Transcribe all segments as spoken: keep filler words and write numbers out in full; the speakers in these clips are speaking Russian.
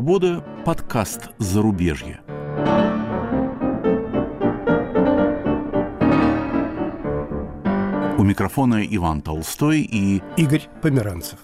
Свобода. Подкаст «Зарубежье». У микрофона Иван Толстой и Игорь Померанцев.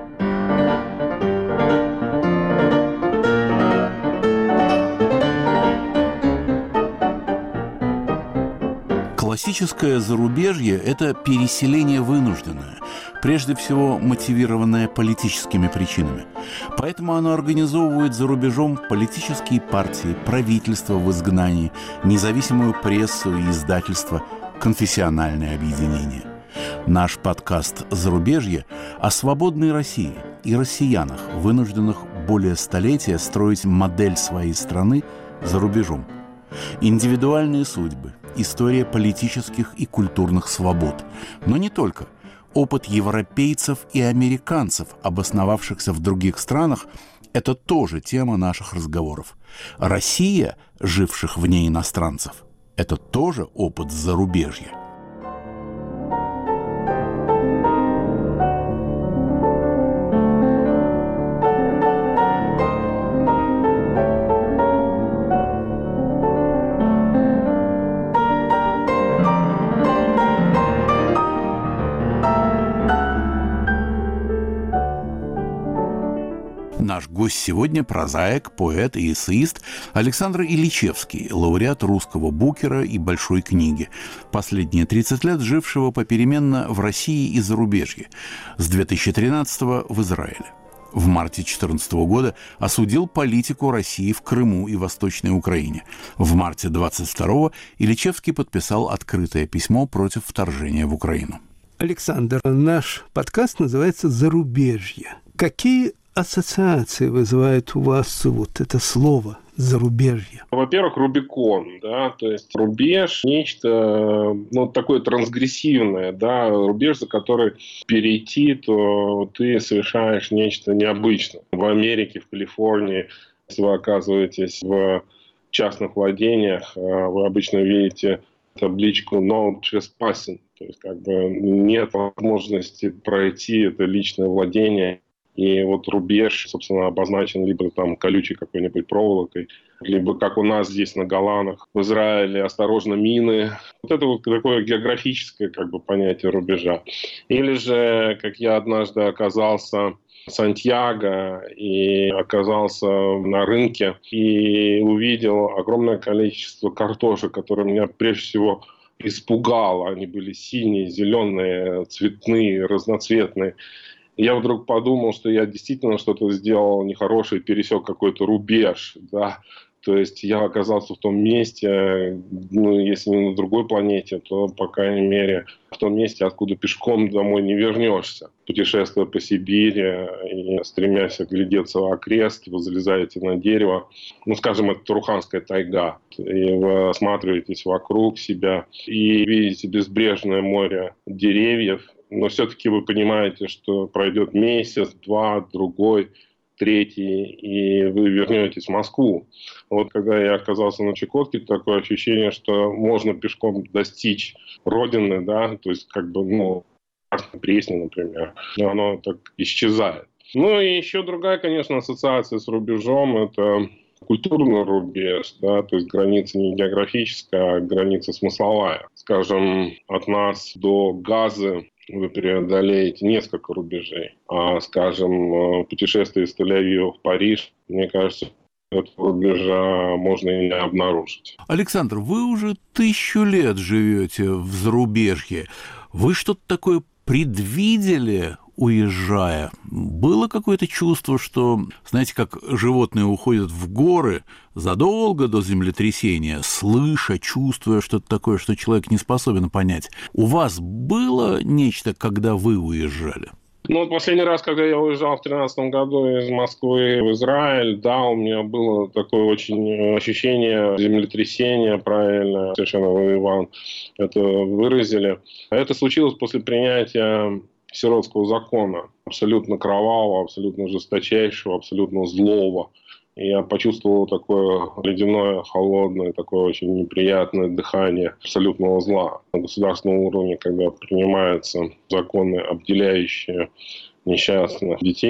Классическое зарубежье – это переселение вынужденное, прежде всего мотивированное политическими причинами. Поэтому оно организовывает за рубежом политические партии, правительства в изгнании, независимую прессу и издательство, конфессиональные объединения. Наш подкаст «Зарубежье» о свободной России и россиянах, вынужденных более столетия строить модель своей страны за рубежом. Индивидуальные судьбы, история политических и культурных свобод. Но не только. Опыт европейцев и американцев, обосновавшихся в других странах, это тоже тема наших разговоров. Россия, живших вне иностранцев, это тоже опыт зарубежья. Наш гость сегодня – прозаик, поэт и эссеист Александр Ильичевский, лауреат русского Букера и Большой книги, последние тридцать лет жившего попеременно в России и зарубежье, с две тысячи тринадцатого в Израиле. В марте две тысячи четырнадцатого года осудил политику России в Крыму и Восточной Украине. В марте двадцать второго Ильичевский подписал открытое письмо против вторжения в Украину. Александр, наш подкаст называется «Зарубежье». Какие ассоциации вызывает у вас вот это слово «зарубежье»? Во-первых, Рубикон, да, то есть рубеж, нечто, ну, такое трансгрессивное, да, рубеж, за который перейти, то ты совершаешь нечто необычное. В Америке, в Калифорнии, если вы оказываетесь в частных владениях, вы обычно видите табличку «No trespassing», то есть как бы нет возможности пройти это личное владение. И вот рубеж, собственно, обозначен либо там колючей какой-нибудь проволокой, либо, как у нас здесь на Голанах, в Израиле, осторожно, мины. Вот это вот такое географическое как бы понятие рубежа. Или же, как я однажды оказался в Сантьяго и оказался на рынке и увидел огромное количество картошек, которые меня прежде всего испугало. Они были синие, зеленые, цветные, разноцветные. Я вдруг подумал, что я действительно что-то сделал нехорошее, пересек какой-то рубеж, да. То есть я оказался в том месте, ну, если не на другой планете, то, по крайней мере, в том месте, откуда пешком домой не вернешься. Путешествуя по Сибири и стремясь оглядеться в окрест, вы залезаете на дерево, ну, скажем, это Туруханская тайга, и вы осматриваетесь вокруг себя и видите безбрежное море деревьев, но все-таки вы понимаете, что пройдет месяц, два, другой, третий, и вы вернетесь в Москву. Вот когда я оказался на Чукотке, такое ощущение, что можно пешком достичь родины, да, то есть как бы, ну, Пресни, например, но оно так исчезает. Ну и еще другая, конечно, ассоциация с рубежом – это культурный рубеж, да, то есть граница не географическая, а граница смысловая. Скажем, от нас до Газы вы преодолеете несколько рубежей. А, скажем, путешествие из Тель-Авива в Париж, мне кажется, этого рубежа можно и не обнаружить. Александр, вы уже тысячу лет живете в зарубежье. Вы что-то такое предвидели, уезжая? Было какое-то чувство, что, знаете, как животные уходят в горы задолго до землетрясения, слыша, чувствуя что-то такое, что человек не способен понять. У вас было нечто, когда вы уезжали? Ну, вот последний раз, когда я уезжал в тринадцатом году из Москвы в Израиль, да, у меня было такое очень ощущение землетрясения, правильно, совершенно вы, Иван, это выразили. Это случилось после принятия Сиротского закона, абсолютно кровавого, абсолютно жесточайшего, абсолютно злого. И я почувствовал такое ледяное, холодное, такое очень неприятное дыхание абсолютного зла. На государственном уровне, когда принимаются законы, обделяющие несчастных детей,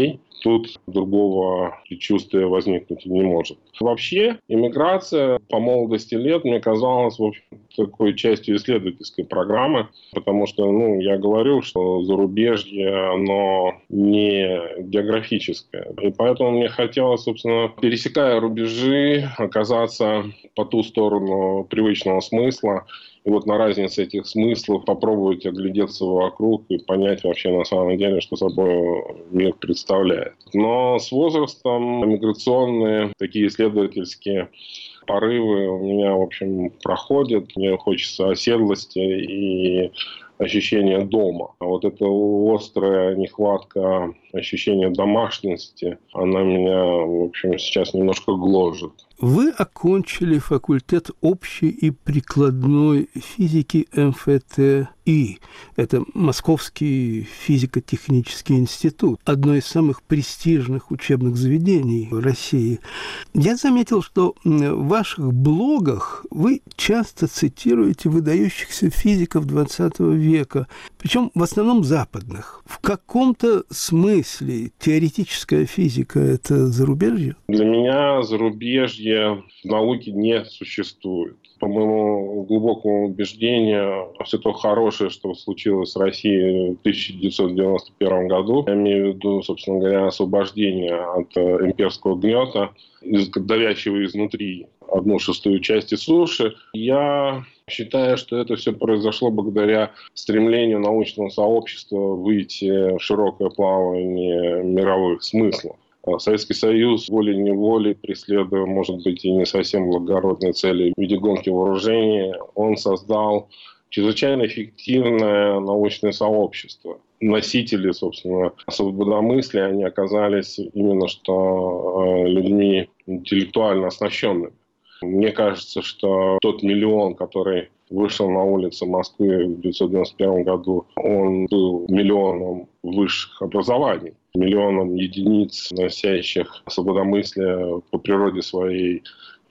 тут другого предчувствия возникнуть не может. Вообще, иммиграция по молодости лет мне казалась, в общем, такой частью исследовательской программы, потому что, ну, я говорю, что зарубежье, оно не географическое. И поэтому мне хотелось, собственно, пересекая рубежи, оказаться по ту сторону привычного смысла. И вот на разнице этих смыслов попробовать оглядеться вокруг и понять вообще на самом деле, что собой мир представляет. Но с возрастом миграционные такие исследовательские порывы у меня, в общем, проходят. Мне хочется оседлости и ощущения дома. А вот эта острая нехватка ощущения домашности, она меня, в общем, сейчас немножко гложет. Вы окончили факультет общей и прикладной физики эм эф тэ и. Это Московский физико-технический институт, одно из самых престижных учебных заведений в России. Я заметил, что в ваших блогах вы часто цитируете выдающихся физиков двадцатого века, причем в основном западных. В каком-то смысле теоретическая физика – это зарубежье? Для меня зарубежье в науке не существует. По моему глубокому убеждению, все то хорошее, что случилось с Россией в тысяча девятьсот девяносто первом году, я имею в виду, собственно говоря, освобождение от имперского гнета, давящего изнутри одну шестую части суши, я считаю, что это все произошло благодаря стремлению научного сообщества выйти в широкое плавание мировых смыслов. Советский Союз волей-неволей, преследуя, может быть, и не совсем благородные цели в виде гонки вооружений, он создал чрезвычайно эффективное научное сообщество. Носители, собственно, свободомыслия, они оказались именно что людьми интеллектуально оснащенными. Мне кажется, что тот миллион, который вышел на улицы Москвы в тысяча девятьсот девяносто первом году, он был миллионом высших образований, миллионом единиц, носящих свободомыслие по природе своей,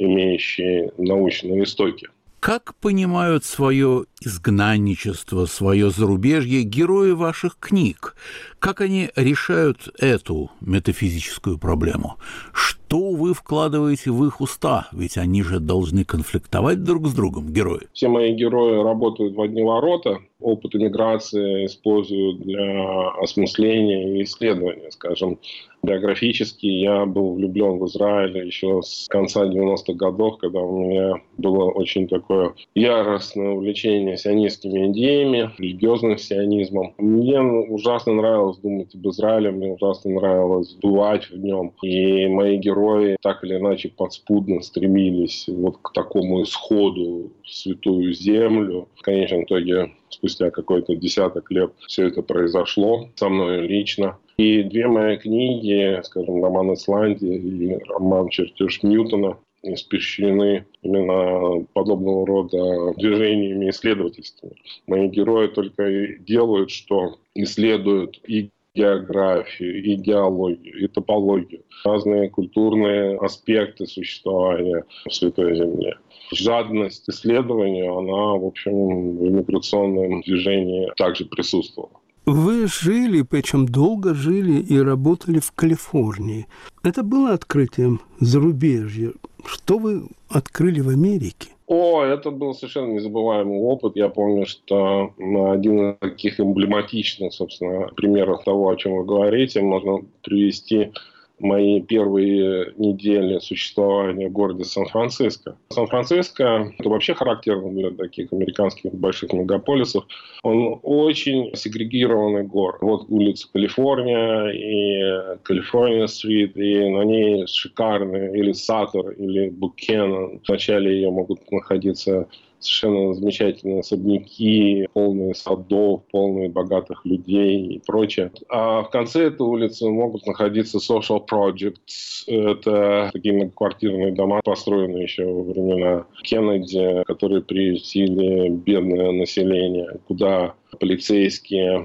имеющие научные истоки. Как понимают свое изгнанничество, свое зарубежье герои ваших книг? Как они решают эту метафизическую проблему? Что вы вкладываете в их уста? Ведь они же должны конфликтовать друг с другом, герои. Все мои герои работают в одни ворота. Опыт эмиграции используют для осмысления и исследования. Скажем, биографически я был влюблен в Израиль еще с конца девяностых годов, когда у меня было очень такое яростное увлечение сионистскими идеями, религиозным сионизмом. Мне ужасно нравилось думать об Израиле, мне ужасно нравилось бывать в нем. И мои герои так или иначе подспудно стремились вот к такому исходу в святую землю. В конечном итоге, спустя какой-то десяток лет все это произошло со мной лично. И две мои книги, скажем, роман «Исландия» и роман «Чертеж Ньютона», испещрены именно подобного рода движениями исследовательскими. Мои герои только и делают, что исследуют и географию, и геологию, и топологию, разные культурные аспекты существования в Святой Земле. Жадность исследования, она, в общем, в иммиграционном движении также присутствовала. Вы жили, причем долго жили и работали в Калифорнии. Это было открытием зарубежья. Что вы открыли в Америке? О, это был совершенно незабываемый опыт. Я помню, что один из таких эмблематичных, собственно, примеров того, о чем вы говорите, можно привести мои первые недели существования в городе Сан-Франциско. Сан-Франциско – это вообще характерно для таких американских больших мегаполисов. Он очень сегрегированный город. Вот улица Калифорния и Калифорния-стрит, и на ней шикарный или Саттер, или Букенен. В начале ее могут находиться совершенно замечательные особняки, полные садов, полные богатых людей и прочее. А в конце этой улицы могут находиться social projects. Это такие многоквартирные дома, построенные еще во времена Кеннеди, которые приютили бедное население, куда полицейские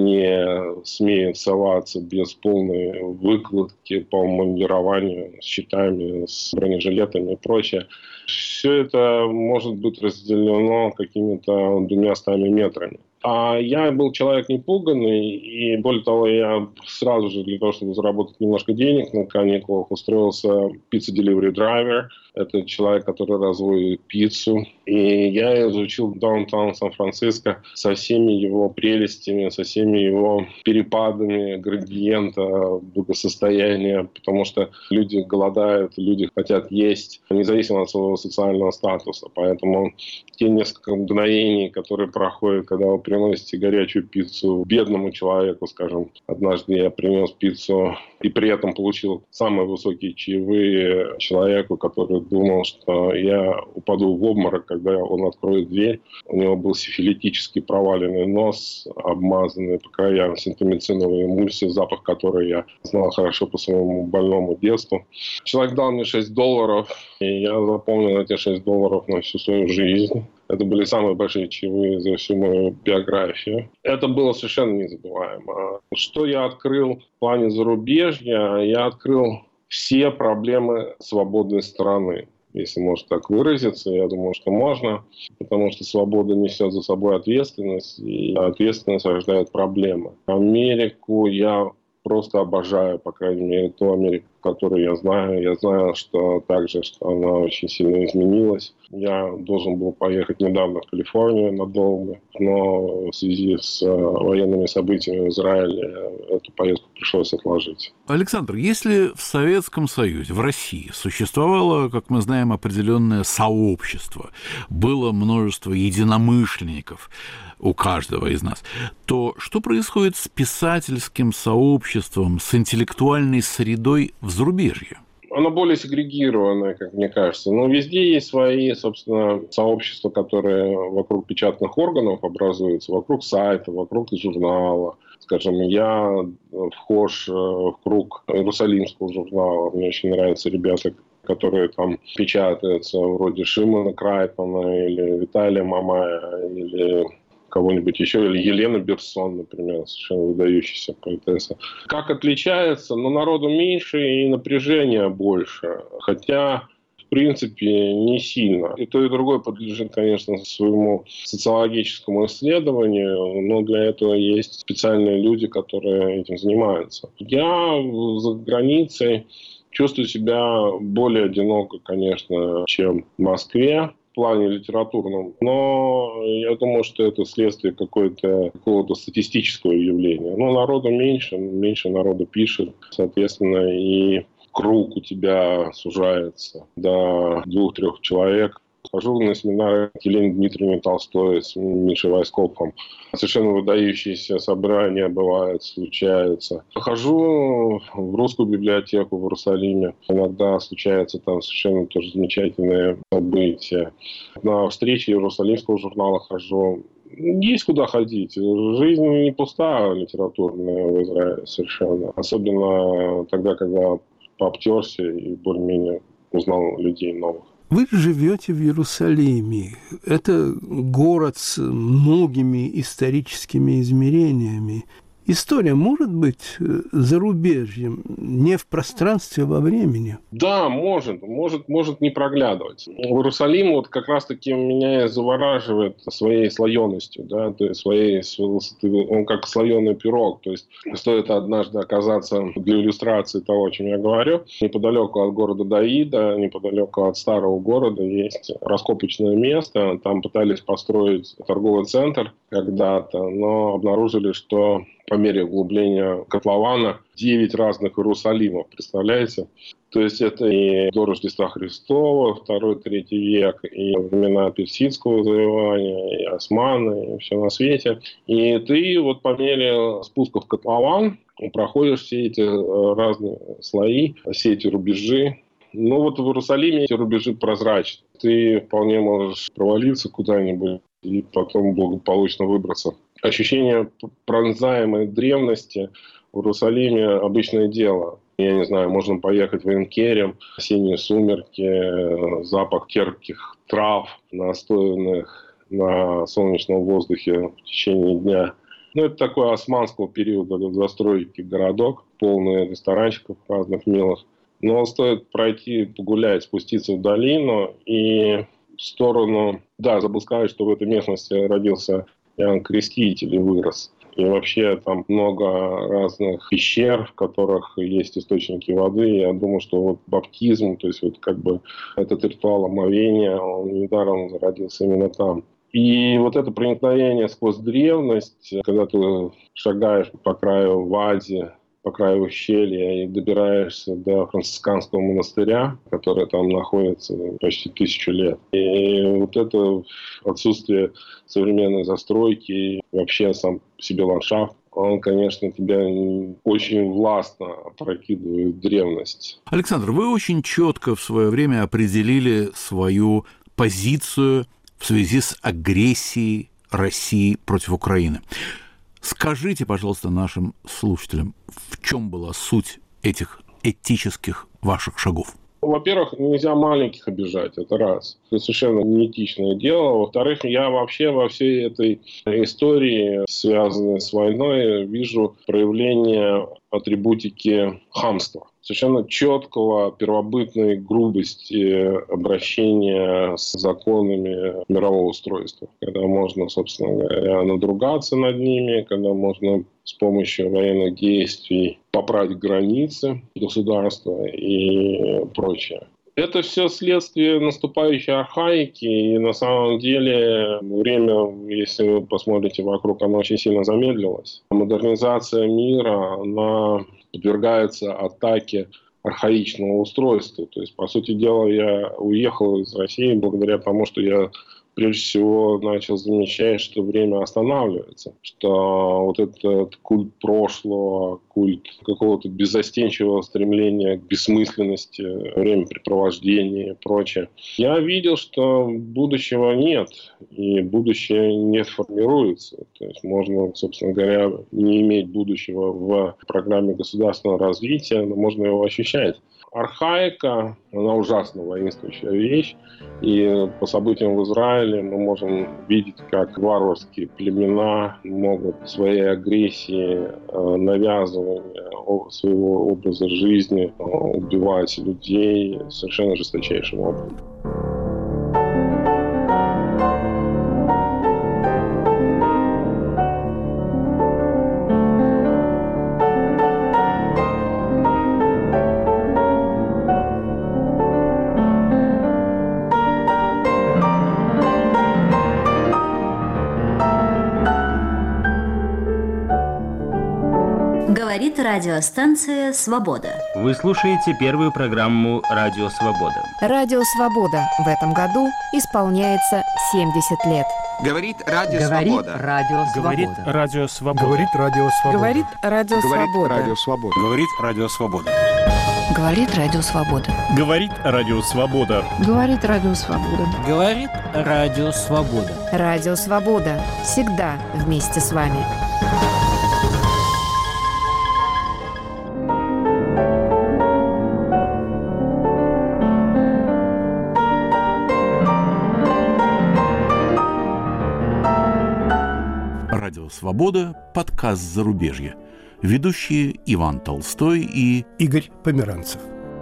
не смеют соваться без полной выкладки по мундированию, с щитами, с бронежилетами и прочее. Все это может быть разделено какими-то двумястами метрами. А я был человек непуганный, и более того, я сразу же для того, чтобы заработать немножко денег на каникулах, устроился пицца-деливери драйвер. Это человек, который разводит пиццу. И я изучил даунтаун Сан-Франциско со всеми его прелестями, со всеми его перепадами градиента, благосостояния, потому что люди голодают, люди хотят есть, независимо от своего социального статуса. Поэтому те несколько мгновений, которые проходят, когда вы приносите горячую пиццу бедному человеку, скажем, однажды я принес пиццу и при этом получил самые высокие чаевые человеку, который думал, что я упаду в обморок, когда он откроет дверь. У него был сифилитически проваленный нос, обмазанный по краям синтомициновой эмульсией, запах которой я знал хорошо по своему больному детству. Человек дал мне шесть долларов, и я запомнил эти шесть долларов на всю свою жизнь. Это были самые большие чаевые за всю мою биографию. Это было совершенно незабываемо. Что я открыл в плане зарубежья? Я открыл все проблемы свободной страны, если можно так выразиться. Я думаю, что можно, потому что свобода несет за собой ответственность, и ответственность рождает проблемы. Америку я просто обожаю, по крайней мере, ту Америку, которую я знаю. Я знаю, что также, что она очень сильно изменилась. Я должен был поехать недавно в Калифорнию надолго, но в связи с военными событиями в Израиле эту поездку пришлось отложить. Александр, если в Советском Союзе, в России существовало, как мы знаем, определенное сообщество, было множество единомышленников у каждого из нас, то что происходит с писательским сообществом, с интеллектуальной средой в зарубежье? Оно более сегрегированное, как мне кажется. Но везде есть свои, собственно, сообщества, которые вокруг печатных органов образуются, вокруг сайта, вокруг журнала. Скажем, я вхож в круг Иерусалимского журнала. Мне очень нравятся ребята, которые там печатаются, вроде Шимона Крайтмана или Виталия Мамая, или кого-нибудь еще, или Елена Берсон, например, совершенно выдающаяся поэтесса. Как отличается? Ну, народу меньше и напряжения больше. Хотя, в принципе, не сильно. И то, и другое подлежит, конечно, своему социологическому исследованию, но для этого есть специальные люди, которые этим занимаются. Я за границей чувствую себя более одиноко, конечно, чем в Москве в плане литературном, но я думаю, что это следствие какой-то, какого-то статистического явления. Ну, народу меньше, меньше народу пишет, соответственно, и круг у тебя сужается до двух-трех человек. Хожу на семинары к Елене Дмитриевне Толстой с Мишей Вайскопфом. Совершенно выдающиеся собрания бывают, случаются. Хожу в русскую библиотеку в Иерусалиме. Иногда случаются там совершенно тоже замечательные события. На встречи Иерусалимского журнала хожу. Есть куда ходить. Жизнь не пустая литературная в Израиле совершенно. Особенно тогда, когда пообтерся и более-менее узнал людей новых. Вы живете в Иерусалиме. Это город с многими историческими измерениями. История может быть зарубежьем, не в пространстве, а во времени? Да, может. Может, может не проглядывать. Иерусалим вот как раз-таки меня завораживает своей слоеностью, да, то есть своей, он как слоеный пирог. То есть стоит однажды оказаться для иллюстрации того, о чем я говорю, неподалеку от города Давида, неподалеку от старого города есть раскопочное место. Там пытались построить торговый центр когда-то, но обнаружили, что по мере углубления котлована девять разных Иерусалимов, представляете? То есть это и до Рождества Христова, второй-третий век, и времена персидского завоевания, и османы, и все на свете. И ты вот по мере спуска в котлован проходишь все эти разные слои, все эти рубежи. Ну вот в Иерусалиме эти рубежи прозрачны. Ты вполне можешь провалиться куда-нибудь и потом благополучно выбраться. Ощущение пронзаемой древности в Иерусалиме обычное дело. Я не знаю, можно поехать в Эйн-Керем, осенние сумерки, запах терпких трав, настоянных на солнечном воздухе в течение дня. Ну, это такой османского периода застройки городок, полный ресторанчиков разных милых. Но стоит пройти, погулять, спуститься в долину и в сторону... Да, забыл сказать, что в этой местности родился Иоанн Креститель вырос. И вообще там много разных пещер, в которых есть источники воды. Я думаю, что вот баптизм, то есть вот как бы этот ритуал омовения, он недаром зародился именно там. И вот это проникновение сквозь древность, когда ты шагаешь по краю вади, по краю ущелья и добираешься до францисканского монастыря, который там находится почти тысячу лет. И вот это отсутствие современной застройки, вообще сам по себе ландшафт, он, конечно, тебя очень властно опрокидывает в древность. Александр, вы очень четко в свое время определили свою позицию в связи с агрессией России против Украины. Скажите, пожалуйста, нашим слушателям, в чем была суть этих этических ваших шагов? Во-первых, нельзя маленьких обижать, это раз. Это совершенно неэтичное дело. Во-вторых, я вообще во всей этой истории, связанной с войной, вижу проявление атрибутики хамства. Совершенно четкого, первобытной грубости обращения с законами мирового устройства. Когда можно, собственно говоря, надругаться над ними, когда можно с помощью военных действий поправить границы государства и прочее. Это все следствие наступающей архаики, и на самом деле время, если вы посмотрите вокруг, оно очень сильно замедлилось. Модернизация мира, она подвергается атаке архаичного устройства. То есть, по сути дела, я уехал из России благодаря тому, что я прежде всего начал замечать, что время останавливается, что вот этот культ прошлого, культ какого-то беззастенчивого стремления к бессмысленности, времяпрепровождения и прочее. Я видел, что будущего нет, и будущее не формируется. То есть можно, собственно говоря, не иметь будущего в программе государственного развития, но можно его ощущать. Архаика, она ужасно воинствующая вещь, и по событиям в Израиле мы можем видеть, как варварские племена могут своей агрессией, навязывания своего образа жизни убивать людей совершенно жесточайшим образом. Говорит радиостанция «Свобода». Вы слушаете первую программу «Радио Свобода». Радио «Свобода» в этом году исполняется семьдесят лет. Говорит Радио Говорит Свобода. Радио Говорит Свобода. Радио Свобода. Говорит Радио Свобода. Говорит Радио Свобода. Говорит Радио Свобода. Говорит Радио Свобода. Говорит Радио Свобода. Говорит Радио Свобода. Говорит Радио Свобода. Радио Свобода. Всегда вместе с вами. Радио «Свобода», подкаст «Зарубежье». Ведущие Иван Толстой и Игорь Померанцев.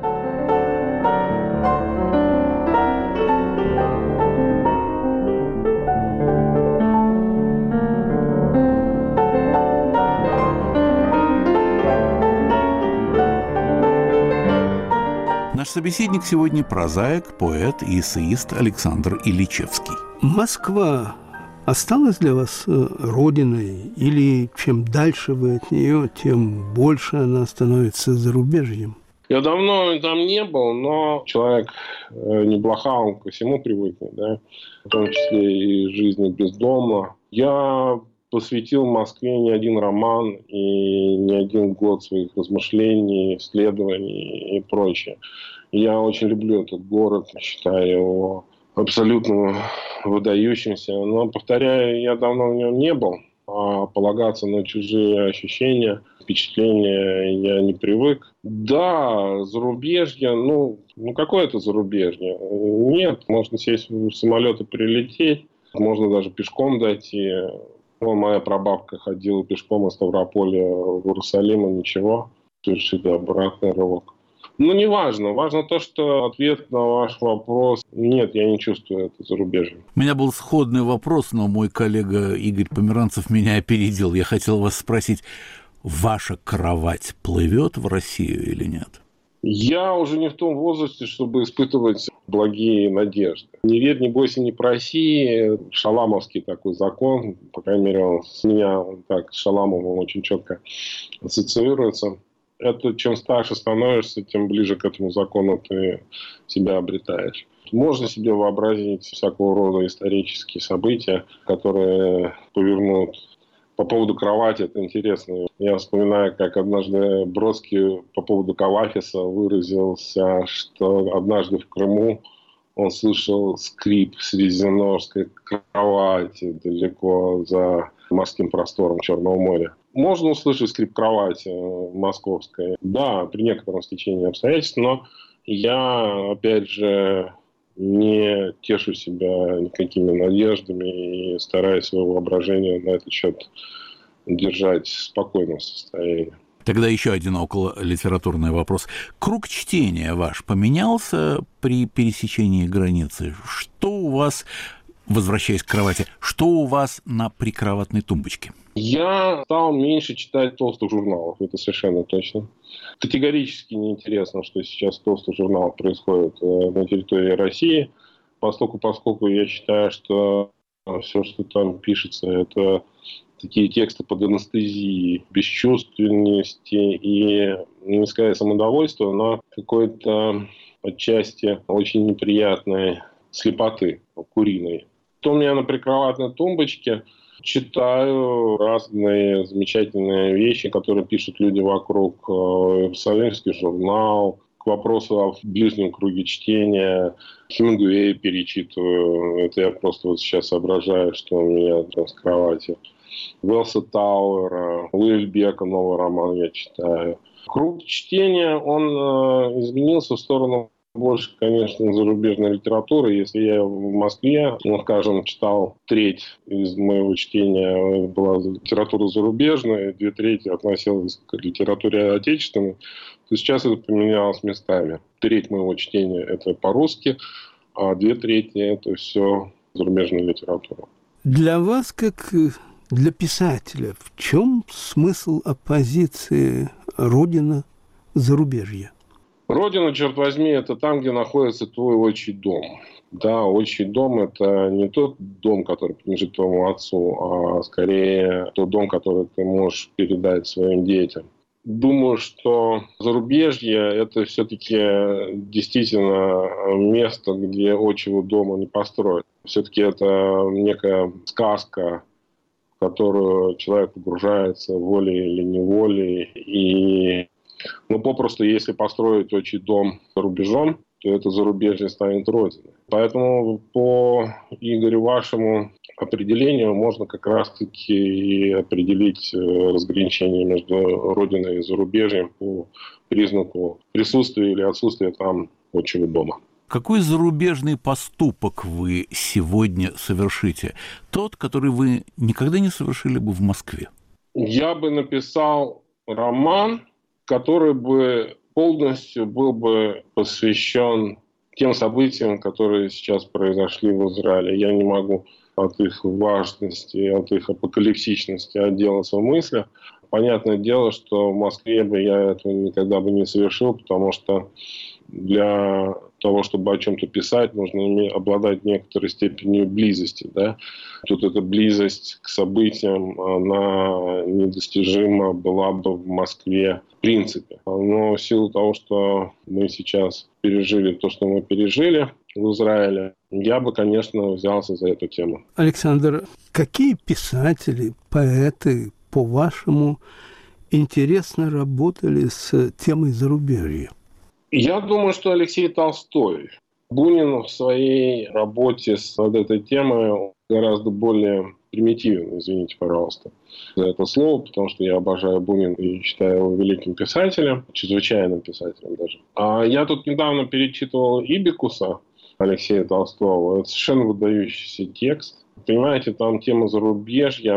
Наш собеседник сегодня прозаик, поэт и эссеист Александр Ильичевский. Москва осталась для вас родиной, или чем дальше вы от нее, тем больше она становится зарубежьем? Я давно там не был, но человек не блоха, он ко всему привыкнет, да? В том числе и жизни без дома. Я посвятил Москве не один роман и не один год своих размышлений, исследований и прочее. Я очень люблю этот город, считаю его абсолютно выдающимся. Но, повторяю, я давно в нем не был, а полагаться на чужие ощущения, впечатления я не привык. Да, зарубежье, ну, ну какое это зарубежье? Нет, можно сесть в самолет и прилететь, можно даже пешком дойти. Ну, моя прабабка ходила пешком из Ставрополя в Иерусалим, и ничего, совершили обратный рывок. Ну, не важно. Важно то, что ответ на ваш вопрос – нет, я не чувствую это зарубежьем. У меня был сходный вопрос, но мой коллега Игорь Померанцев меня опередил. Я хотел вас спросить, ваша кровать плывет в Россию или нет? Я уже не в том возрасте, чтобы испытывать благие надежды. Не верь, не бойся, не проси. Шаламовский такой закон, по крайней мере, он с меня так, с Шаламовым очень четко ассоциируется. Это чем старше становишься, тем ближе к этому закону ты себя обретаешь. Можно себе вообразить всякого рода исторические события, которые повернут. По поводу кровати это интересно. Я вспоминаю, как однажды Бродский по поводу Калафиса выразился, что однажды в Крыму он слышал скрип средиземноморской кровати далеко за морским простором Черного моря. Можно услышать скрип кровати московской. Да, при некотором стечении обстоятельств, но я, опять же, не тешу себя никакими надеждами и стараюсь свое воображение на этот счет держать в спокойном состоянии. Тогда еще один окололитературный вопрос. Круг чтения ваш поменялся при пересечении границы? Что у вас, возвращаясь к кровати, что у вас на прикроватной тумбочке? Я стал меньше читать толстых журналов, это совершенно точно. Категорически неинтересно, что сейчас в толстых журналах происходит на территории России, поскольку, поскольку я считаю, что все, что там пишется, это такие тексты под анестезией бесчувственности и, не сказать самодовольства, но какой-то отчасти очень неприятной слепоты куриной. То у меня на прикроватной тумбочке читаю разные замечательные вещи, которые пишут люди вокруг. Иерусалимский журнал, к вопросу о ближнем круге чтения. Хемингуэя перечитываю. Это я просто вот сейчас соображаю, что у меня там с кровати. Уэлса Тауэра, Уильбека, новый роман я читаю. Круг чтения, он э, изменился в сторону больше, конечно, зарубежной литературы. Если я в Москве, ну, скажем, читал треть из моего чтения была литература зарубежная, две трети относилась к литературе отечественной, то сейчас это поменялось местами. Треть моего чтения – это по-русски, а две трети – это все зарубежная литература. Для вас, как для писателя, в чем смысл оппозиции «Родина-зарубежье»? Родина, черт возьми, это там, где находится твой отчий дом. Да, отчий дом – это не тот дом, который принадлежит твоему отцу, а скорее тот дом, который ты можешь передать своим детям. Думаю, что зарубежье – это все-таки действительно место, где отчего дома не построить. Все-таки это некая сказка, в которую человек погружается волей или неволей. И, ну, попросту, если построить отчий дом за рубежом, то это зарубежье станет родиной. Поэтому по Игорю вашему определению можно как раз-таки и определить разграничение между родиной и зарубежьем по признаку присутствия или отсутствия там отчего дома. Какой зарубежный поступок вы сегодня совершите? Тот, который вы никогда не совершили бы в Москве? Я бы написал роман, который бы полностью был бы посвящен тем событиям, которые сейчас произошли в Израиле. Я не могу от их важности, от их апокалипсичности отделаться в мыслях. Понятное дело, что в Москве бы я этого никогда бы не совершил, потому что для того, чтобы о чем-то писать, нужно обладать некоторой степенью близости. Да? Тут эта близость к событиям, она недостижима была бы в Москве в принципе. Но в силу того, что мы сейчас пережили то, что мы пережили в Израиле, я бы, конечно, взялся за эту тему. Александр, какие писатели, поэты, по-вашему, интересно работали с темой зарубежья? Я думаю, что Алексей Толстой. Бунин в своей работе с вот этой темой гораздо более примитивен, извините, пожалуйста, за это слово, потому что я обожаю Бунина и считаю его великим писателем, чрезвычайным писателем даже. А я тут недавно перечитывал Ибикуса Алексея Толстого. Это совершенно выдающийся текст. Понимаете, там тема зарубежья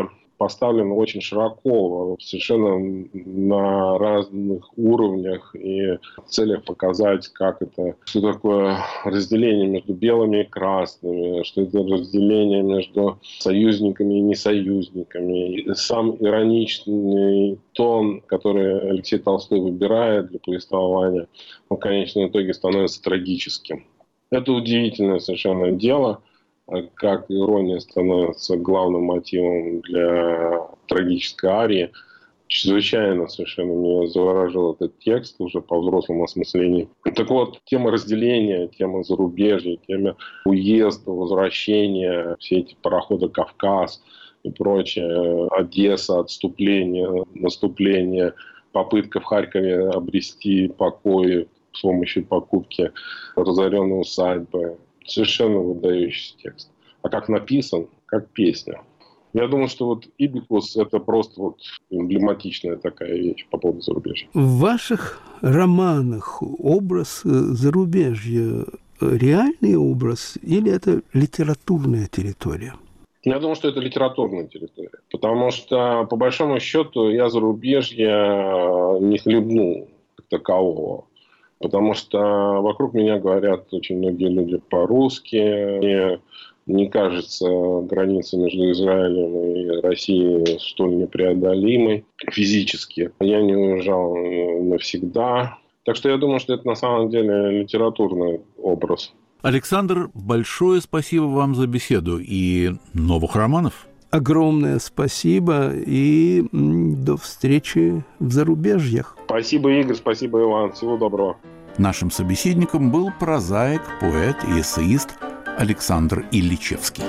поставлена очень широко, совершенно на разных уровнях и в целях показать, как это, что такое разделение между белыми и красными, что это разделение между союзниками и несоюзниками. И сам ироничный тон, который Алексей Толстой выбирает для повествования, он в конечном итоге становится трагическим. Это удивительное совершенно дело, как ирония становится главным мотивом для трагической арии. Чрезвычайно совершенно меня заворожил этот текст уже по взрослому осмыслению. Так вот, тема разделения, тема зарубежья, тема уезда, возвращения, все эти пароходы «Кавказ» и прочее, Одесса, отступление, наступление, попытка в Харькове обрести покой с помощью покупки разоренной усадьбы. Совершенно выдающийся текст. А как написан, как песня. Я думаю, что вот «Идикус» — это просто вот эмблематичная такая вещь по поводу зарубежья. В ваших романах образ зарубежья реальный образ или это литературная территория? Я думаю, что это литературная территория. Потому что, по большому счету, я зарубежья не хлебнул как такового. Потому что вокруг меня говорят очень многие люди по-русски. Мне не кажется граница между Израилем и Россией столь непреодолимой физически. Я не уезжал навсегда. Так что я думаю, что это на самом деле литературный образ. Александр, большое спасибо вам за беседу и новых романов. Огромное спасибо и до встречи в зарубежьях. Спасибо, Игорь, спасибо, Иван. Всего доброго. Нашим собеседником был прозаик, поэт и эссеист Александр Ильичевский.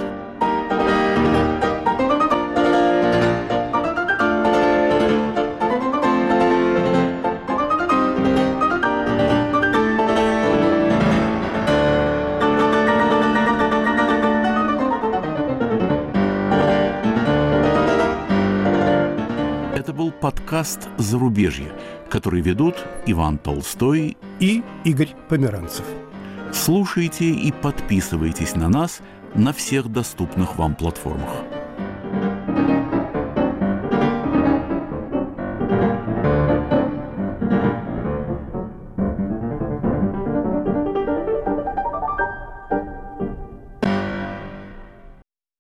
Это был подкаст «Зарубежье», который ведут Иван Толстой и Игорь Померанцев. Слушайте и подписывайтесь на нас на всех доступных вам платформах.